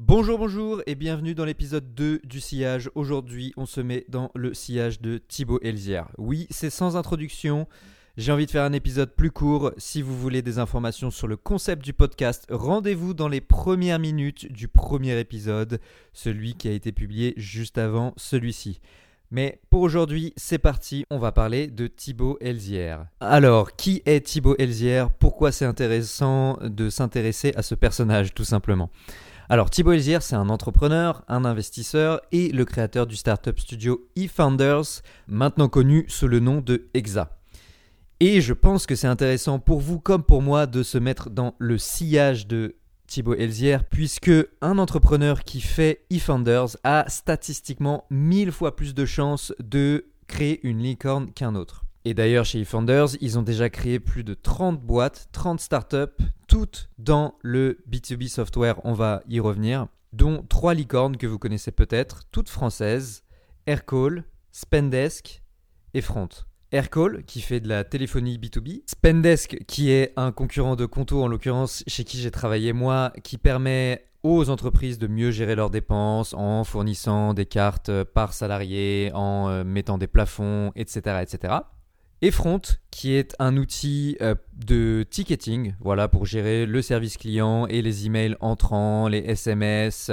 Bonjour et bienvenue dans l'épisode 2 du sillage. Aujourd'hui, on se met dans le sillage de Thibaut Elzière. Oui, c'est sans introduction. J'ai envie de faire un épisode plus court. Si vous voulez des informations sur le concept du podcast, rendez-vous dans les premières minutes du premier épisode, celui qui a été publié juste avant celui-ci. Mais pour aujourd'hui, c'est parti, on va parler de Thibaut Elzière. Alors, qui est Thibaut Elzière ? Pourquoi c'est intéressant de s'intéresser à ce personnage, tout simplement ? Alors, Thibaut Elzière, c'est un entrepreneur, un investisseur et le créateur du startup studio eFounders, maintenant connu sous le nom de Exa. Et je pense que c'est intéressant pour vous comme pour moi de se mettre dans le sillage de Thibaut Elzière, puisque un entrepreneur qui fait eFounders a statistiquement 1000 fois plus de chances de créer une licorne qu'un autre. Et d'ailleurs, chez eFounders, ils ont déjà créé plus de 30 boîtes, 30 startups, toutes dans le B2B software, on va y revenir, dont 3 licornes que vous connaissez peut-être, toutes françaises, Aircall, Spendesk et Front. Aircall qui fait de la téléphonie B2B, Spendesk qui est un concurrent de Conto en l'occurrence chez qui j'ai travaillé moi, qui permet aux entreprises de mieux gérer leurs dépenses en fournissant des cartes par salarié, en mettant des plafonds, etc. etc. Et Front, qui est un outil de ticketing, voilà, pour gérer le service client et les emails entrants, les SMS,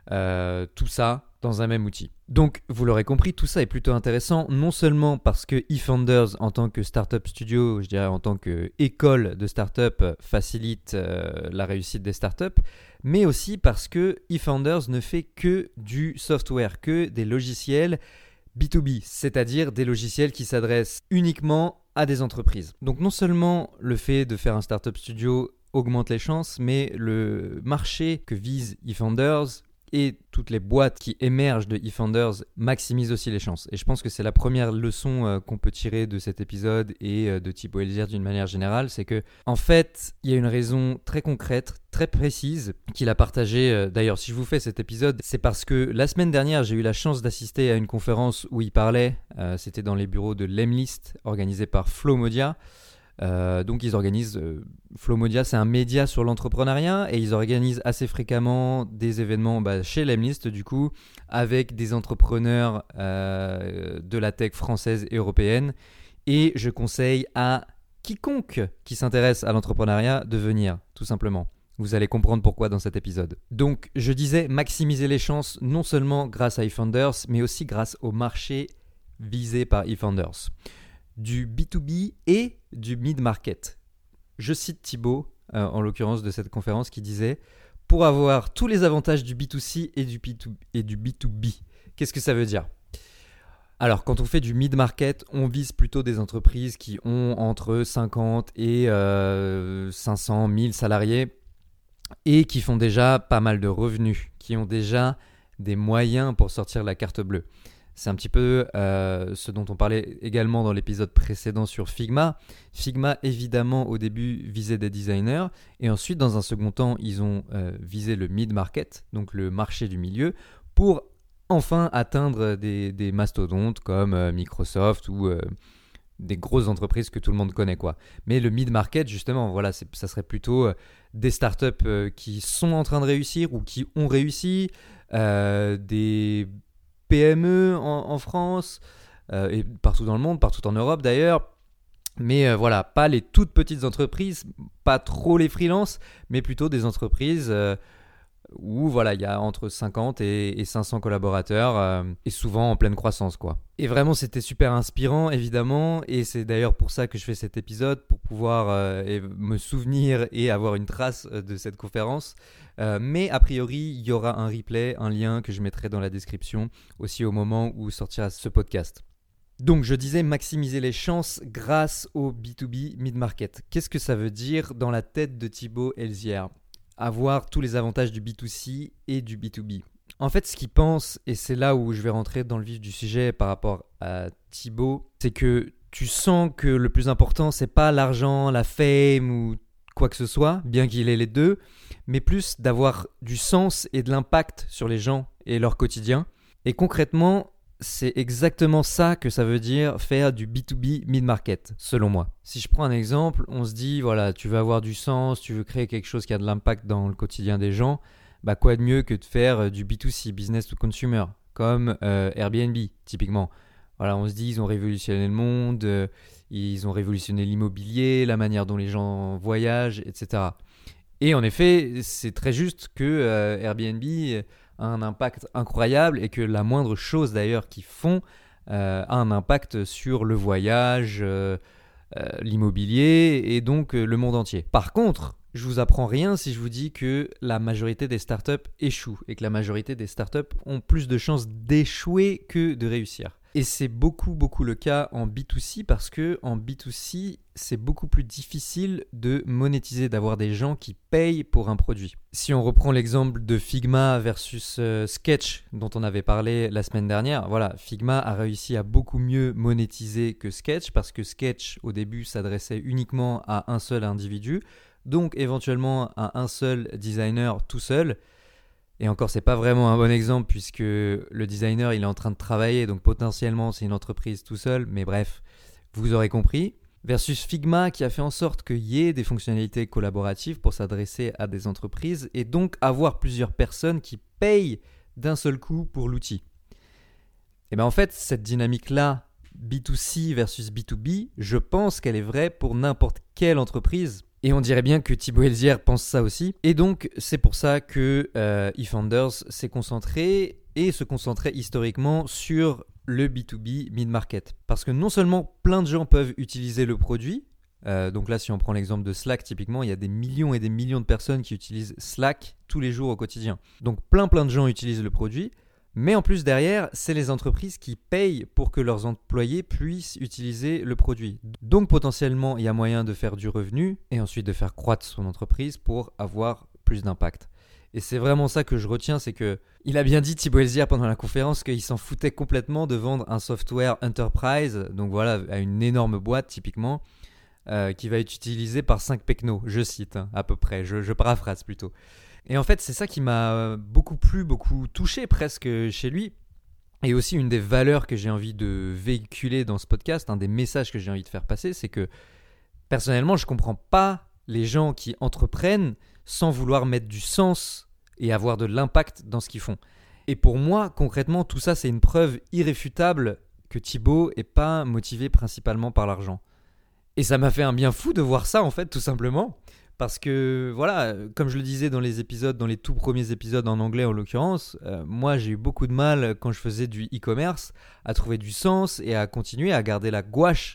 tout ça dans un même outil. Donc, vous l'aurez compris, tout ça est plutôt intéressant, non seulement parce que eFounders, en tant que startup studio, je dirais en tant qu'école de startup, facilite la réussite des startups, mais aussi parce que eFounders ne fait que du software, que des logiciels B2B, c'est-à-dire des logiciels qui s'adressent uniquement à des entreprises. Donc non seulement le fait de faire un startup studio augmente les chances, mais le marché que vise eFounders et toutes les boîtes qui émergent de eFounders maximisent aussi les chances. Et je pense que c'est la première leçon qu'on peut tirer de cet épisode et de Thibaut Elzière d'une manière générale, c'est que en fait, il y a une raison très concrète, très précise, qu'il a partagée. D'ailleurs, si je vous fais cet épisode, c'est parce que la semaine dernière, j'ai eu la chance d'assister à une conférence où il parlait, c'était dans les bureaux de Lemlist, organisé par Flowmodia. Donc ils organisent, Flowmodia c'est un média sur l'entrepreneuriat et ils organisent assez fréquemment des événements chez Lemlist du coup avec des entrepreneurs de la tech française et européenne, et je conseille à quiconque qui s'intéresse à l'entrepreneuriat de venir tout simplement. Vous allez comprendre pourquoi dans cet épisode. Donc je disais maximiser les chances non seulement grâce à eFounders mais aussi grâce au marché visé par eFounders, du B2B et du mid-market. Je cite Thibaut, en l'occurrence de cette conférence, qui disait « Pour avoir tous les avantages du B2C et du B2B ». Qu'est-ce que ça veut dire ? Alors, quand on fait du mid-market, on vise plutôt des entreprises qui ont entre 50 et 500 000 salariés et qui font déjà pas mal de revenus, qui ont déjà des moyens pour sortir la carte bleue. C'est un petit peu ce dont on parlait également dans l'épisode précédent sur Figma. Figma, évidemment, au début, visait des designers. Et ensuite, dans un second temps, ils ont visé le mid-market, donc le marché du milieu, pour enfin atteindre des mastodontes comme Microsoft ou des grosses entreprises que tout le monde connaît, quoi. Mais le mid-market, justement, voilà, ça serait plutôt des startups qui sont en train de réussir ou qui ont réussi, des PME en France et partout dans le monde, partout en Europe d'ailleurs. Mais voilà, pas les toutes petites entreprises, pas trop les freelances, mais plutôt des entreprises où voilà, il y a entre 50 et 500 collaborateurs et souvent en pleine croissance, quoi. Et vraiment, c'était super inspirant, évidemment, et c'est d'ailleurs pour ça que je fais cet épisode, pour pouvoir me souvenir et avoir une trace de cette conférence. Mais a priori, il y aura un replay, un lien que je mettrai dans la description aussi au moment où sortira ce podcast. Donc, je disais maximiser les chances grâce au B2B mid-market. Qu'est-ce que ça veut dire dans la tête de Thibaut Elzière ? Avoir tous les avantages du B2C et du B2B. En fait, ce qu'il pense, et c'est là où je vais rentrer dans le vif du sujet par rapport à Thibaut, c'est que tu sens que le plus important, c'est pas l'argent, la fame ou quoi que ce soit, bien qu'il ait les deux, mais plus d'avoir du sens et de l'impact sur les gens et leur quotidien. Et concrètement, c'est exactement ça que ça veut dire faire du B2B mid-market, selon moi. Si je prends un exemple, on se dit, voilà, tu veux avoir du sens, tu veux créer quelque chose qui a de l'impact dans le quotidien des gens, quoi de mieux que de faire du B2C, business to consumer, comme Airbnb, typiquement. Voilà, on se dit, ils ont révolutionné le monde, ils ont révolutionné l'immobilier, la manière dont les gens voyagent, etc. Et en effet, c'est très juste que Airbnb a un impact incroyable et que la moindre chose d'ailleurs qu'ils font a un impact sur le voyage, l'immobilier et donc le monde entier. Par contre, je vous apprends rien si je vous dis que la majorité des startups échouent et que la majorité des startups ont plus de chances d'échouer que de réussir. Et c'est beaucoup le cas en B2C parce que en B2C, c'est beaucoup plus difficile de monétiser, d'avoir des gens qui payent pour un produit. Si on reprend l'exemple de Figma versus Sketch dont on avait parlé la semaine dernière, voilà, Figma a réussi à beaucoup mieux monétiser que Sketch parce que Sketch au début s'adressait uniquement à un seul individu, donc éventuellement à un seul designer tout seul. Et encore, c'est pas vraiment un bon exemple puisque le designer, il est en train de travailler, donc potentiellement, c'est une entreprise tout seul. Mais bref, vous aurez compris. Versus Figma qui a fait en sorte qu'il y ait des fonctionnalités collaboratives pour s'adresser à des entreprises et donc avoir plusieurs personnes qui payent d'un seul coup pour l'outil. Et bien en fait, cette dynamique-là, B2C versus B2B, je pense qu'elle est vraie pour n'importe quelle entreprise. Et on dirait bien que Thibaut Elzière pense ça aussi. Et donc, c'est pour ça que eFounders s'est concentré et se concentrait historiquement sur le B2B mid-market. Parce que non seulement plein de gens peuvent utiliser le produit, donc là, si on prend l'exemple de Slack, typiquement, il y a des millions et des millions de personnes qui utilisent Slack tous les jours au quotidien. Donc, plein de gens utilisent le produit. Mais en plus derrière, c'est les entreprises qui payent pour que leurs employés puissent utiliser le produit. Donc potentiellement, il y a moyen de faire du revenu et ensuite de faire croître son entreprise pour avoir plus d'impact. Et c'est vraiment ça que je retiens, c'est que il a bien dit Thibaut Elzière pendant la conférence qu'il s'en foutait complètement de vendre un software enterprise, donc voilà, à une énorme boîte typiquement, qui va être utilisé par 5 pecnos, je cite à peu près, je paraphrase plutôt. Et en fait, c'est ça qui m'a beaucoup plu, beaucoup touché presque chez lui. Et aussi une des valeurs que j'ai envie de véhiculer dans ce podcast, un des messages que j'ai envie de faire passer, c'est que personnellement, je ne comprends pas les gens qui entreprennent sans vouloir mettre du sens et avoir de l'impact dans ce qu'ils font. Et pour moi, concrètement, tout ça, c'est une preuve irréfutable que Thibaut n'est pas motivé principalement par l'argent. Et ça m'a fait un bien fou de voir ça, en fait, tout simplement. Parce que, voilà, comme je le disais dans les épisodes, dans les tout premiers épisodes en anglais en l'occurrence, moi j'ai eu beaucoup de mal quand je faisais du e-commerce à trouver du sens et à continuer à garder la gouache,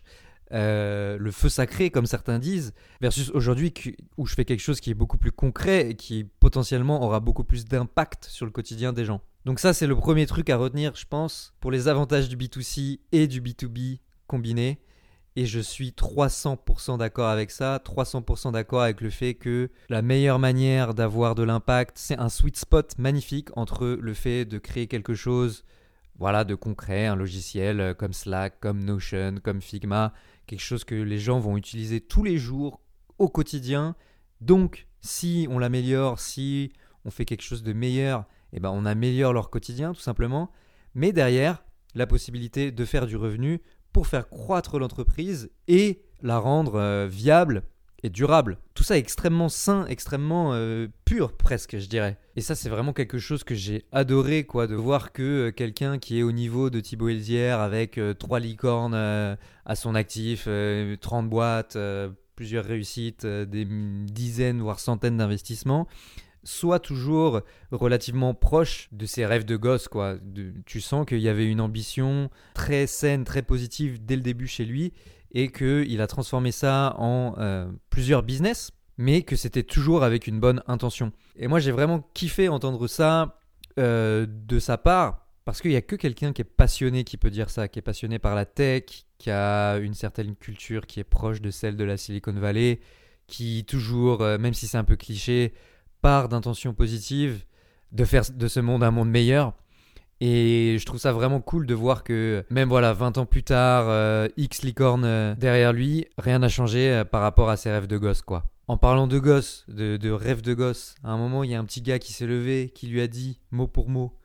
le feu sacré comme certains disent, versus aujourd'hui où je fais quelque chose qui est beaucoup plus concret et qui potentiellement aura beaucoup plus d'impact sur le quotidien des gens. Donc ça c'est le premier truc à retenir je pense pour les avantages du B2C et du B2B combinés. Et je suis 300% d'accord avec ça, 300% d'accord avec le fait que la meilleure manière d'avoir de l'impact, c'est un sweet spot magnifique entre le fait de créer quelque chose de concret, un logiciel comme Slack, comme Notion, comme Figma, quelque chose que les gens vont utiliser tous les jours, au quotidien. Donc, si on l'améliore, si on fait quelque chose de meilleur, on améliore leur quotidien tout simplement. Mais derrière, la possibilité de faire du revenu pour faire croître l'entreprise et la rendre viable et durable. Tout ça est extrêmement sain, extrêmement pur presque, je dirais. Et ça, c'est vraiment quelque chose que j'ai adoré, de voir que quelqu'un qui est au niveau de Thibaut Elzière avec 3 licornes à son actif, 30 boîtes, plusieurs réussites, des dizaines voire centaines d'investissements, soit toujours relativement proche de ses rêves de gosse. Tu sens qu'il y avait une ambition très saine, très positive dès le début chez lui et qu'il a transformé ça en plusieurs business, mais que c'était toujours avec une bonne intention. Et moi, j'ai vraiment kiffé entendre ça de sa part parce qu'il n'y a que quelqu'un qui est passionné qui peut dire ça, qui est passionné par la tech, qui a une certaine culture qui est proche de celle de la Silicon Valley, qui toujours, même si c'est un peu cliché, part d'intention positive de faire de ce monde un monde meilleur. Et je trouve ça vraiment cool de voir que même 20 ans plus tard, X licorne derrière lui, rien n'a changé par rapport à ses rêves de gosse En parlant de gosse, de rêves de gosse, à un moment il y a un petit gars qui s'est levé, qui lui a dit mot pour mot: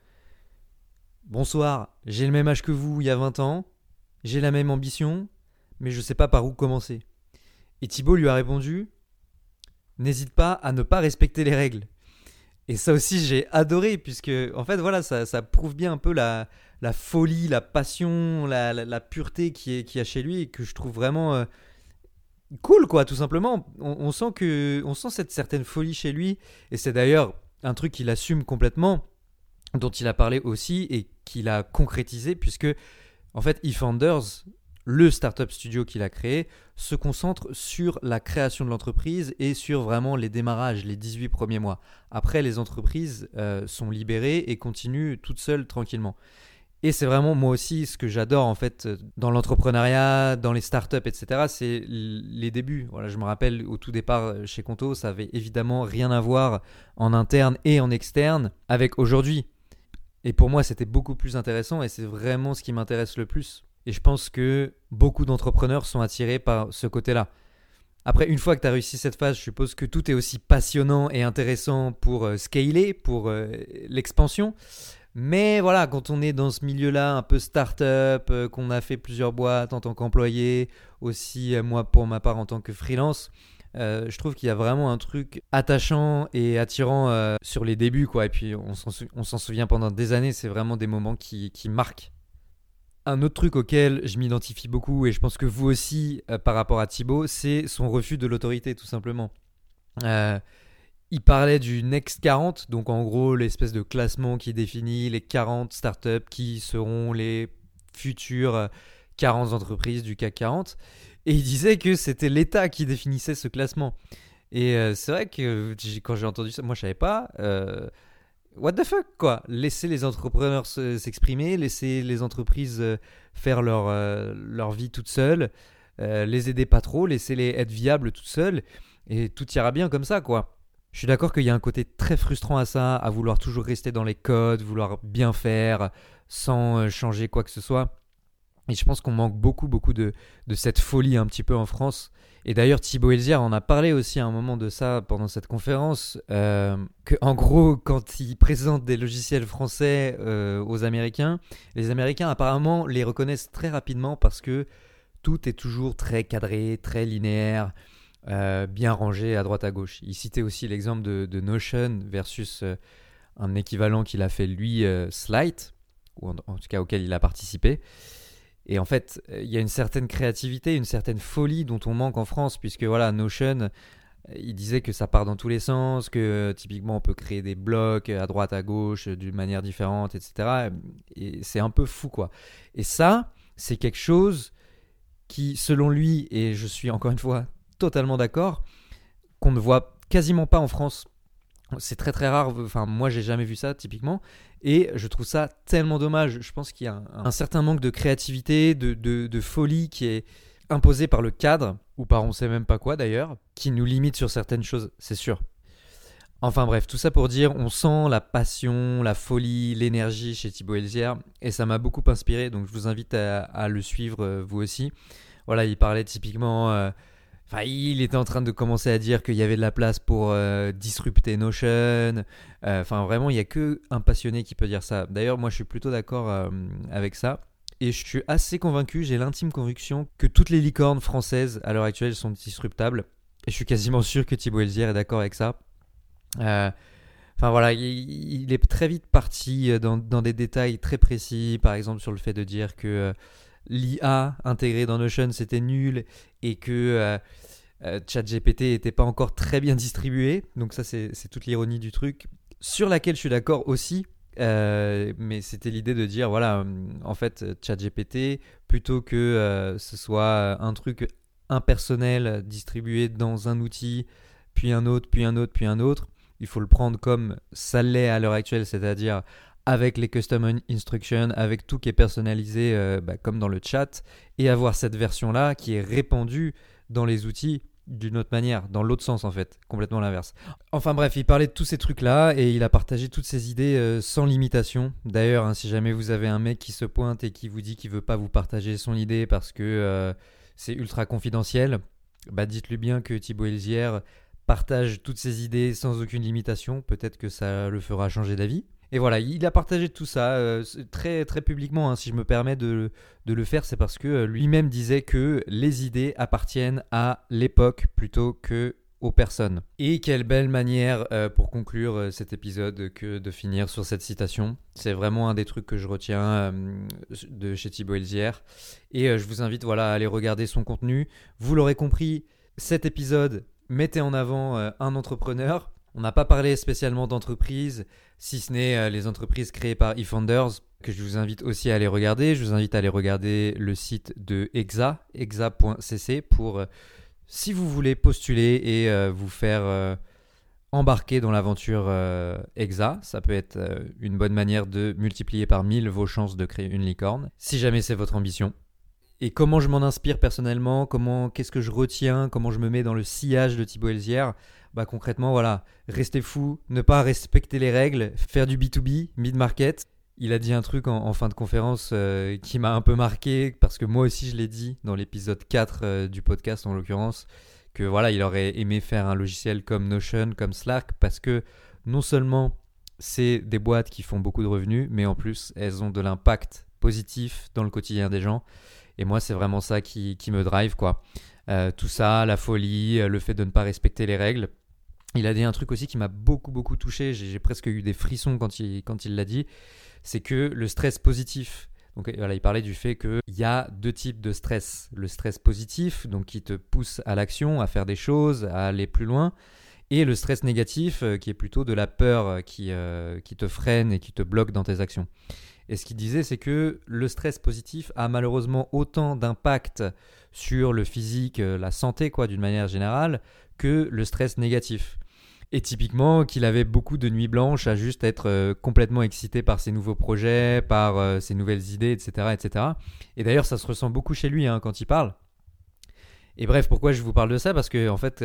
bonsoir, j'ai le même âge que vous il y a 20 ans, j'ai la même ambition, mais je sais pas par où commencer. Et Thibaut lui a répondu: n'hésite pas à ne pas respecter les règles. Et ça aussi, j'ai adoré, puisque, en fait, voilà, ça prouve bien un peu la folie, la passion, la pureté qui y a chez lui, et que je trouve vraiment cool, quoi, tout simplement. On sent cette certaine folie chez lui, et c'est d'ailleurs un truc qu'il assume complètement, dont il a parlé aussi, et qu'il a concrétisé, puisque, en fait, eFounders, le startup studio qu'il a créé, se concentre sur la création de l'entreprise et sur vraiment les démarrages, les 18 premiers mois. Après, les entreprises sont libérées et continuent toutes seules tranquillement. Et c'est vraiment moi aussi ce que j'adore en fait dans l'entrepreneuriat, dans les startups, etc. C'est les débuts. Voilà, je me rappelle au tout départ chez Conto, ça avait évidemment rien à voir en interne et en externe avec aujourd'hui. Et pour moi, c'était beaucoup plus intéressant et c'est vraiment ce qui m'intéresse le plus. Et je pense que beaucoup d'entrepreneurs sont attirés par ce côté-là. Après, une fois que tu as réussi cette phase, je suppose que tout est aussi passionnant et intéressant pour scaler, pour l'expansion. Mais voilà, quand on est dans ce milieu-là, un peu start-up, qu'on a fait plusieurs boîtes en tant qu'employé, aussi moi pour ma part en tant que freelance, je trouve qu'il y a vraiment un truc attachant et attirant sur les débuts, quoi. Et puis on s'en souvient pendant des années, c'est vraiment des moments qui marquent. Un autre truc auquel je m'identifie beaucoup, et je pense que vous aussi par rapport à Thibaut, c'est son refus de l'autorité, tout simplement. Il parlait du Next 40, donc en gros l'espèce de classement qui définit les 40 startups qui seront les futures 40 entreprises du CAC 40. Et il disait que c'était l'État qui définissait ce classement. Et c'est vrai que quand j'ai entendu ça, moi je savais pas. What the fuck, quoi. Laisser les entrepreneurs s'exprimer, laisser les entreprises faire leur vie toutes seules, les aider pas trop, laisser-les être viables toutes seules, et tout ira bien comme ça, quoi. Je suis d'accord qu'il y a un côté très frustrant à ça, à vouloir toujours rester dans les codes, vouloir bien faire, sans changer quoi que ce soit. Et je pense qu'on manque beaucoup de cette folie un petit peu en France. Et d'ailleurs, Thibaut Elzière en a parlé aussi à un moment de ça pendant cette conférence, que en gros, quand il présente des logiciels français aux Américains, les Américains apparemment les reconnaissent très rapidement parce que tout est toujours très cadré, très linéaire, bien rangé à droite à gauche. Il citait aussi l'exemple de Notion versus un équivalent qu'il a fait lui, Slide, ou en tout cas auquel il a participé. Et en fait, il y a une certaine créativité, une certaine folie dont on manque en France, puisque voilà, Notion, il disait que ça part dans tous les sens, que typiquement on peut créer des blocs à droite, à gauche, d'une manière différente, etc. Et c'est un peu fou, quoi. Et ça, c'est quelque chose qui, selon lui, et je suis encore une fois totalement d'accord, qu'on ne voit quasiment pas en France. C'est très très rare, enfin moi j'ai jamais vu ça typiquement, et je trouve ça tellement dommage. Je pense qu'il y a un certain manque de créativité, de folie qui est imposé par le cadre, ou par on sait même pas quoi d'ailleurs, qui nous limite sur certaines choses, c'est sûr. Enfin bref, tout ça pour dire, on sent la passion, la folie, l'énergie chez Thibaut Elzière, et ça m'a beaucoup inspiré, donc je vous invite à le suivre vous aussi. Voilà, il parlait typiquement... il était en train de commencer à dire qu'il y avait de la place pour disrupter Notion. Vraiment, il n'y a qu'un passionné qui peut dire ça. D'ailleurs, moi, je suis plutôt d'accord avec ça. Et je suis assez convaincu, j'ai l'intime conviction que toutes les licornes françaises à l'heure actuelle sont disruptables. Et je suis quasiment sûr que Thibaut Elzière est d'accord avec ça. Il est très vite parti dans des détails très précis. Par exemple, sur le fait de dire que... l'IA intégrée dans Notion c'était nul et que ChatGPT n'était pas encore très bien distribué, donc ça c'est toute l'ironie du truc, sur laquelle je suis d'accord aussi, mais c'était l'idée de dire voilà, en fait ChatGPT, plutôt que ce soit un truc impersonnel distribué dans un outil, puis un autre, puis un autre, puis un autre, il faut le prendre comme ça l'est à l'heure actuelle, c'est-à-dire avec les custom instructions, avec tout qui est personnalisé comme dans le chat, et avoir cette version-là qui est répandue dans les outils d'une autre manière, dans l'autre sens en fait, complètement l'inverse. Enfin bref, il parlait de tous ces trucs-là et il a partagé toutes ces idées sans limitation. D'ailleurs, si jamais vous avez un mec qui se pointe et qui vous dit qu'il ne veut pas vous partager son idée parce que c'est ultra confidentiel, dites-lui bien que Thibaut Elzière partage toutes ses idées sans aucune limitation, peut-être que ça le fera changer d'avis. Et voilà, il a partagé tout ça très, très publiquement. Si je me permets de le faire, c'est parce que lui-même disait que les idées appartiennent à l'époque plutôt que aux personnes. Et quelle belle manière pour conclure cet épisode que de finir sur cette citation. C'est vraiment un des trucs que je retiens de chez Thibaut Elzière. Et je vous invite à aller regarder son contenu. Vous l'aurez compris, cet épisode mettait en avant un entrepreneur. On n'a pas parlé spécialement d'entreprise, si ce n'est les entreprises créées par eFounders, que je vous invite aussi à aller regarder. Je vous invite à aller regarder le site de Exa, exa.cc, pour si vous voulez postuler et vous faire embarquer dans l'aventure Exa. Ça peut être une bonne manière de multiplier par 1000 vos chances de créer une licorne, si jamais c'est votre ambition. Et comment je m'en inspire personnellement, qu'est-ce que je retiens, comment je me mets dans le sillage de Thibaut Elzière. Concrètement, rester fou, ne pas respecter les règles, faire du B2B, mid-market. Il a dit un truc en fin de conférence qui m'a un peu marqué, parce que moi aussi je l'ai dit dans l'épisode 4 du podcast en l'occurrence, que il aurait aimé faire un logiciel comme Notion, comme Slack, parce que non seulement c'est des boîtes qui font beaucoup de revenus, mais en plus elles ont de l'impact positif dans le quotidien des gens. Et moi, c'est vraiment ça qui me drive, quoi. Tout ça, la folie, le fait de ne pas respecter les règles. Il a dit un truc aussi qui m'a beaucoup, beaucoup touché. J'ai presque eu des frissons quand il l'a dit. C'est que le stress positif. Donc il parlait du fait qu'il y a 2 types de stress. Le stress positif, donc qui te pousse à l'action, à faire des choses, à aller plus loin. Et le stress négatif, qui est plutôt de la peur qui te freine et qui te bloque dans tes actions. Et ce qu'il disait, c'est que le stress positif a malheureusement autant d'impact sur le physique, la santé, d'une manière générale, que le stress négatif. Et typiquement, qu'il avait beaucoup de nuits blanches à juste être complètement excité par ses nouveaux projets, par ses nouvelles idées, etc., etc. Et d'ailleurs, ça se ressent beaucoup chez lui quand il parle. Et bref, pourquoi je vous parle de ça ? Parce que, en fait,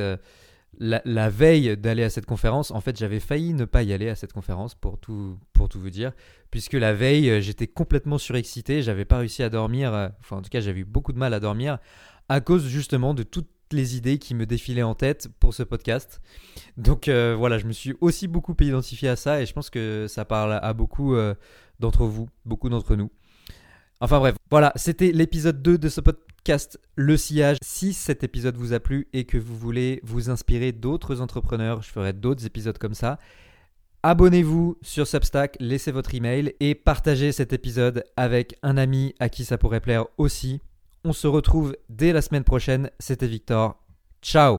la veille d'aller à cette conférence, en fait, j'avais failli ne pas y aller à cette conférence, pour tout vous dire, puisque la veille, j'étais complètement surexcité, j'avais pas réussi à dormir, en tout cas, j'avais eu beaucoup de mal à dormir, à cause justement de toutes les idées qui me défilaient en tête pour ce podcast. Donc je me suis aussi beaucoup identifié à ça, et je pense que ça parle à beaucoup d'entre vous, beaucoup d'entre nous. Enfin bref, c'était l'épisode 2 de ce podcast Le Sillage. Si cet épisode vous a plu et que vous voulez vous inspirer d'autres entrepreneurs, je ferai d'autres épisodes comme ça. Abonnez-vous sur Substack, laissez votre email et partagez cet épisode avec un ami à qui ça pourrait plaire aussi. On se retrouve dès la semaine prochaine. C'était Victor. Ciao!